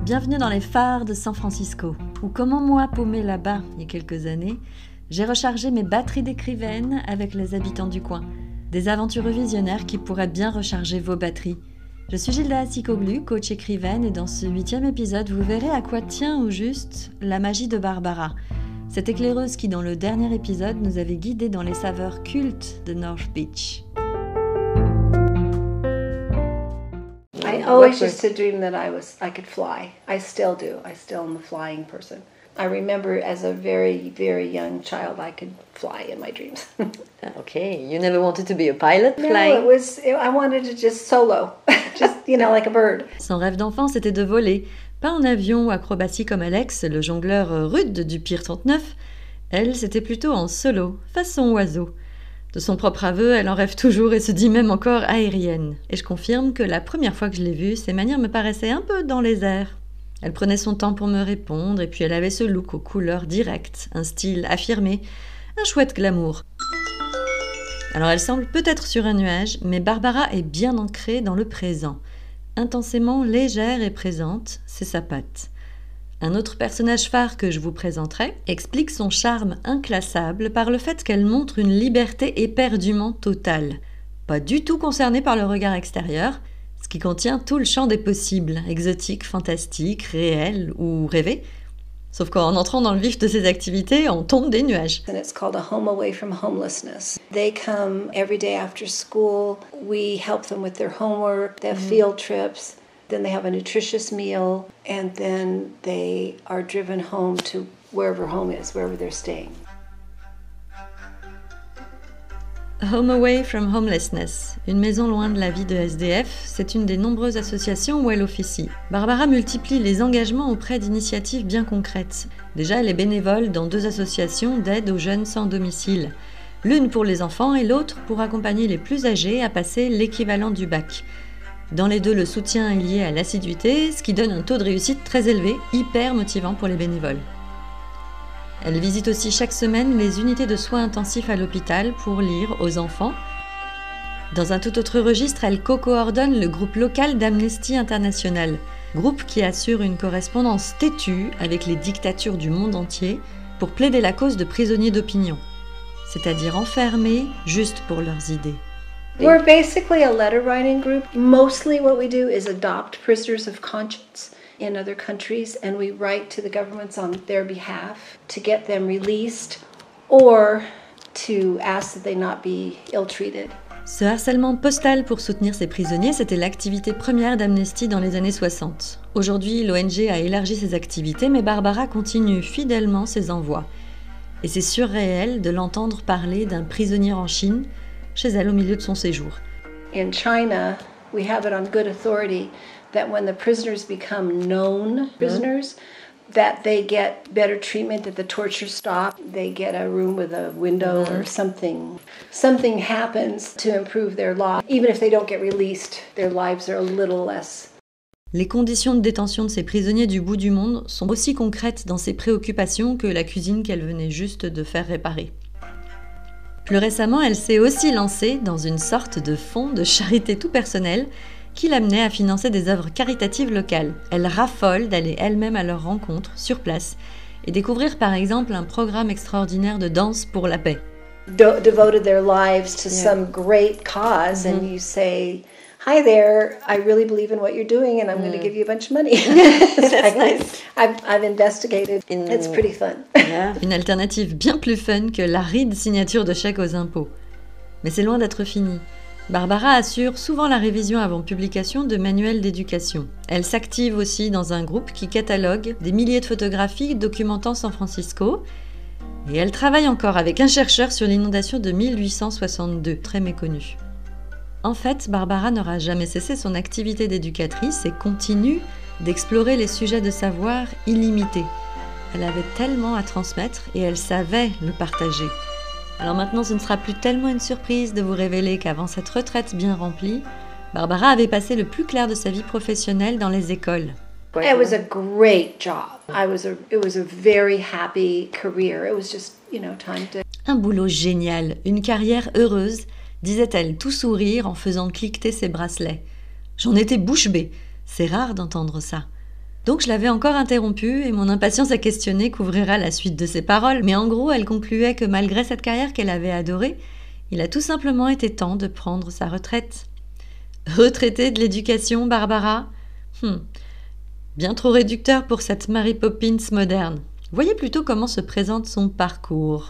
Bienvenue dans les phares de San Francisco, ou comment moi, paumée là-bas il y a quelques années, j'ai rechargé mes batteries d'écrivaine avec les habitants du coin. Des aventures visionnaires qui pourraient bien recharger vos batteries. Je suis Gilda Asicoglu, coach écrivaine, et dans ce 8e épisode, vous verrez à quoi tient au juste la magie de Barbara, cette éclaireuse qui, dans le dernier épisode, nous avait guidés dans les saveurs cultes de North Beach. I always used to dream that I could fly. I still do. I still am a flying person. I remember as a very, very young child I could fly in my dreams. Okay, you never wanted to be a pilot flying? No, I wanted to just solo, like a bird. Son rêve d'enfant, c'était de voler. Pas en avion ou acrobatie comme Alex, le jongleur rude du Pier 39. Elle, c'était plutôt en solo, façon oiseau. De son propre aveu, elle en rêve toujours et se dit même encore aérienne. Et je confirme que la première fois que je l'ai vue, ses manières me paraissaient un peu dans les airs. Elle prenait son temps pour me répondre et puis elle avait ce look aux couleurs directes, un style affirmé, un chouette glamour. Alors elle semble peut-être sur un nuage, mais Barbara est bien ancrée dans le présent. Intensément légère et présente, c'est sa patte. Un autre personnage phare que je vous présenterai explique son charme inclassable par le fait qu'elle montre une liberté éperdument totale. Pas du tout concernée par le regard extérieur, ce qui contient tout le champ des possibles, exotiques, fantastiques, réels ou rêvés. Sauf qu'en entrant dans le vif de ces activités, on tombe des nuages. And it's called a home away from homelessness. They come every day after school. We help them with their homework. They have field trips. Then they have a nutritious meal. And then they are driven home to wherever home is, wherever they're staying. Home Away from Homelessness, une maison loin de la vie de SDF, c'est une des nombreuses associations où elle officie. Barbara multiplie les engagements auprès d'initiatives bien concrètes. Déjà, elle est bénévole dans 2 associations d'aide aux jeunes sans domicile. L'une pour les enfants et l'autre pour accompagner les plus âgés à passer l'équivalent du bac. Dans les 2, le soutien est lié à l'assiduité, ce qui donne un taux de réussite très élevé, hyper motivant pour les bénévoles. Elle visite aussi chaque semaine les unités de soins intensifs à l'hôpital pour lire aux enfants. Dans un tout autre registre, elle co-coordonne le groupe local d'Amnesty International, groupe qui assure une correspondance têtue avec les dictatures du monde entier pour plaider la cause de prisonniers d'opinion, c'est-à-dire enfermés juste pour leurs idées. We're basically a letter writing group. Mostly what we do is adopt prisoners of conscience in other countries, and we write to the governments on their behalf to get them released or to ask that they not be ill-treated. Ce harcèlement postal pour soutenir ces prisonniers, c'était l'activité première d'Amnesty dans les années 60. Aujourd'hui, l'ONG a élargi ses activités, mais Barbara continue fidèlement ses envois. Et c'est surréel de l'entendre parler d'un prisonnier en Chine, chez elle au milieu de son séjour. In China, we have it on good authority that when the prisoners become known prisoners, that they get better treatment, that the torture stops, they get a room with a window or something. Something happens to improve their lives. Even if they don't get released, their lives are a little less. Les conditions de détention de ces prisonniers du bout du monde sont aussi concrètes dans ses préoccupations que la cuisine qu'elle venait juste de faire réparer. Plus récemment, elle s'est aussi lancée dans une sorte de fonds de charité tout personnel qui l'amenait à financer des œuvres caritatives locales. Elle raffole d'aller elle-même à leur rencontre, sur place, et découvrir par exemple un programme extraordinaire de danse pour la paix. Devoted their lives to some great cause, and you say, "Hi there, I really believe in what you're doing, and I'm going to give you a bunch of money." That's nice. I've investigated. It's pretty fun. Une alternative bien plus fun que l'aride signature de chèques aux impôts. Mais c'est loin d'être fini. Barbara assure souvent la révision avant publication de manuels d'éducation. Elle s'active aussi dans un groupe qui catalogue des milliers de photographies documentant San Francisco. Et elle travaille encore avec un chercheur sur l'inondation de 1862, très méconnu. En fait, Barbara n'aura jamais cessé son activité d'éducatrice et continue d'explorer les sujets de savoir illimités. Elle avait tellement à transmettre et elle savait le partager. Alors maintenant, ce ne sera plus tellement une surprise de vous révéler qu'avant cette retraite bien remplie, Barbara avait passé le plus clair de sa vie professionnelle dans les écoles. It was a great job. It was a very happy career. It was just, time to... Un boulot génial, une carrière heureuse, disait-elle tout sourire en faisant cliqueter ses bracelets. J'en étais bouche bée. C'est rare d'entendre ça. Donc je l'avais encore interrompue et mon impatience à questionner couvrira la suite de ses paroles, mais en gros elle concluait que malgré cette carrière qu'elle avait adorée, il a tout simplement été temps de prendre sa retraite. Retraitée de l'éducation, Barbara ? Bien trop réducteur pour cette Mary Poppins moderne. Voyez plutôt comment se présente son parcours.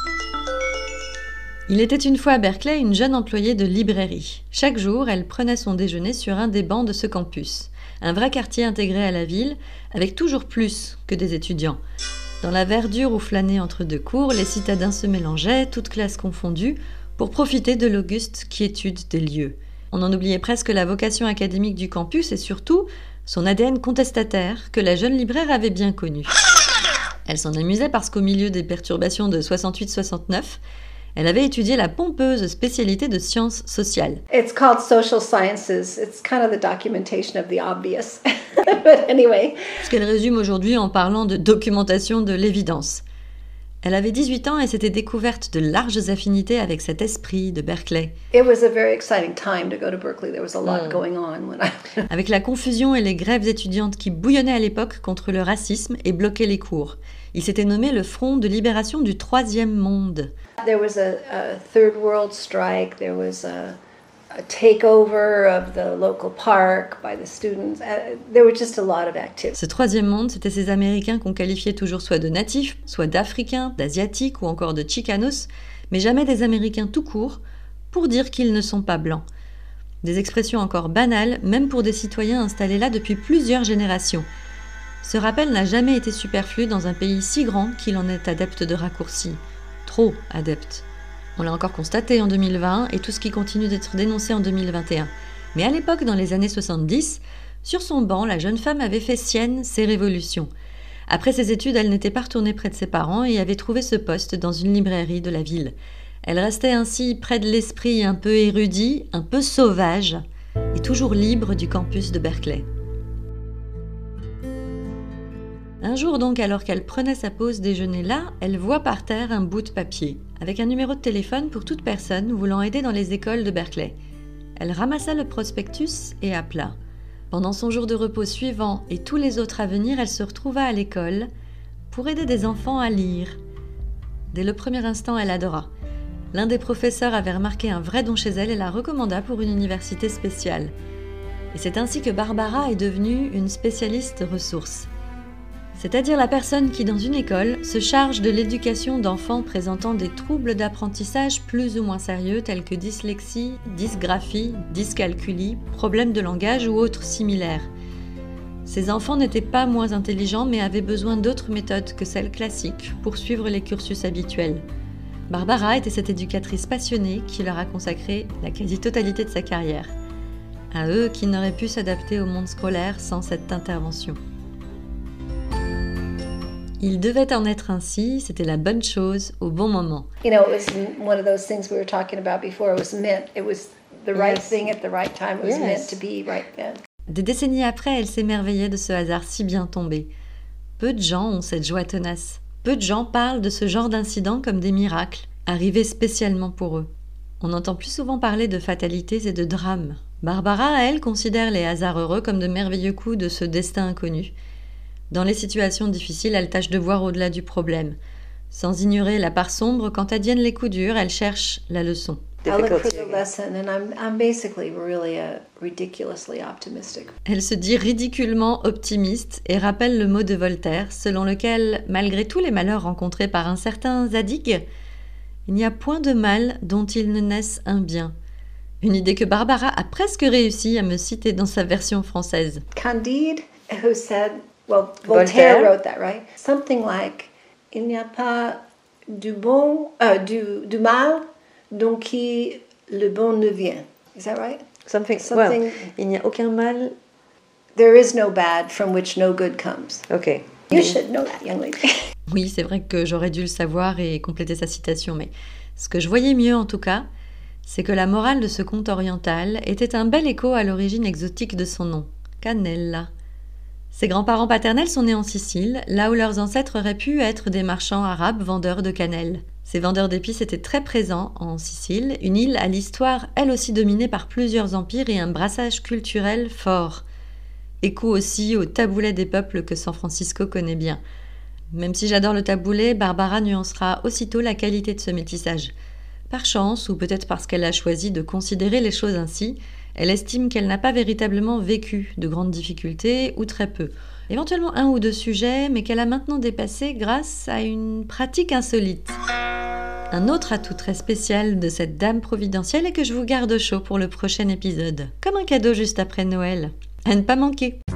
Il était une fois à Berkeley une jeune employée de librairie. Chaque jour, elle prenait son déjeuner sur un des bancs de ce campus. Un vrai quartier intégré à la ville, avec toujours plus que des étudiants. Dans la verdure où flânaient entre deux cours, les citadins se mélangeaient, toutes classes confondues, pour profiter de l'auguste quiétude des lieux. On en oubliait presque la vocation académique du campus et surtout son ADN contestataire que la jeune libraire avait bien connu. Elle s'en amusait parce qu'au milieu des perturbations de 68-69, elle avait étudié la pompeuse spécialité de sciences sociales. It's called social sciences. It's kind of the documentation of the obvious. But anyway. Ce qu'elle résume aujourd'hui en parlant de documentation de l'évidence. Elle avait 18 ans et s'était découverte de larges affinités avec cet esprit de Berkeley. It was a very exciting time to go to Berkeley. There was a lot going on when I... Avec la confusion et les grèves étudiantes qui bouillonnaient à l'époque contre le racisme et bloquaient les cours. Il s'était nommé le Front de libération du Troisième Monde. There was a third world strike. There was a takeover of the local park by the students. There was just a lot of activity. Ce Troisième Monde, c'était ces Américains qu'on qualifiait toujours soit de natifs, soit d'Africains, d'Asiatiques ou encore de Chicanos, mais jamais des Américains tout court, pour dire qu'ils ne sont pas blancs. Des expressions encore banales, même pour des citoyens installés là depuis plusieurs générations. Ce rappel n'a jamais été superflu dans un pays si grand qu'il en est adepte de raccourcis. Trop adepte. On l'a encore constaté en 2020 et tout ce qui continue d'être dénoncé en 2021. Mais à l'époque, dans les années 70, sur son banc, la jeune femme avait fait sienne ces révolutions. Après ses études, elle n'était pas retournée près de ses parents et avait trouvé ce poste dans une librairie de la ville. Elle restait ainsi près de l'esprit un peu érudit, un peu sauvage et toujours libre du campus de Berkeley. Un jour donc, alors qu'elle prenait sa pause déjeuner là, elle voit par terre un bout de papier, avec un numéro de téléphone pour toute personne voulant aider dans les écoles de Berkeley. Elle ramassa le prospectus et appela. Pendant son jour de repos suivant et tous les autres à venir, elle se retrouva à l'école pour aider des enfants à lire. Dès le premier instant, elle adora. L'un des professeurs avait remarqué un vrai don chez elle et la recommanda pour une université spéciale. Et c'est ainsi que Barbara est devenue une spécialiste ressources. C'est-à-dire la personne qui, dans une école, se charge de l'éducation d'enfants présentant des troubles d'apprentissage plus ou moins sérieux tels que dyslexie, dysgraphie, dyscalculie, problèmes de langage ou autres similaires. Ces enfants n'étaient pas moins intelligents mais avaient besoin d'autres méthodes que celles classiques pour suivre les cursus habituels. Barbara était cette éducatrice passionnée qui leur a consacré la quasi-totalité de sa carrière. À eux qui n'auraient pu s'adapter au monde scolaire sans cette intervention. Il devait en être ainsi, c'était la bonne chose au bon moment. You know, it was one of those things we were talking about before. It was meant. It was the right thing at the right time. It was meant to be right then. Des décennies après, elle s'émerveillait de ce hasard si bien tombé. Peu de gens ont cette joie tenace. Peu de gens parlent de ce genre d'incidents comme des miracles, arrivés spécialement pour eux. On entend plus souvent parler de fatalités et de drames. Barbara, elle, considère les hasards heureux comme de merveilleux coups de ce destin inconnu. Dans les situations difficiles, elle tâche de voir au-delà du problème. Sans ignorer la part sombre, quand adviennent les coups durs, elle cherche la leçon. Elle se dit ridiculement optimiste et rappelle le mot de Voltaire, selon lequel, malgré tous les malheurs rencontrés par un certain Zadig, il n'y a point de mal dont il ne naisse un bien. Une idée que Barbara a presque réussi à me citer dans sa version française. Candide, who said... Well, Voltaire wrote that, right? Something like, il n'y a pas du mal dont qui le bon ne vient. Is that right? Something. Well, il n'y a aucun mal. There is no bad from which no good comes. Okay. You should know that, young lady. Oui, c'est vrai que j'aurais dû le savoir et compléter sa citation, mais ce que je voyais mieux en tout cas, c'est que la morale de ce conte oriental était un bel écho à l'origine exotique de son nom, Cannella. Ses grands-parents paternels sont nés en Sicile, là où leurs ancêtres auraient pu être des marchands arabes vendeurs de cannelle. Ces vendeurs d'épices étaient très présents en Sicile, une île à l'histoire elle aussi dominée par plusieurs empires et un brassage culturel fort. Écho aussi au taboulet des peuples que San Francisco connaît bien. Même si j'adore le taboulet, Barbara nuancera aussitôt la qualité de ce métissage. Par chance, ou peut-être parce qu'elle a choisi de considérer les choses ainsi, elle estime qu'elle n'a pas véritablement vécu de grandes difficultés, ou très peu. Éventuellement un ou deux sujets, mais qu'elle a maintenant dépassé grâce à une pratique insolite. Un autre atout très spécial de cette dame providentielle est que je vous garde chaud pour le prochain épisode, comme un cadeau juste après Noël. À ne pas manquer.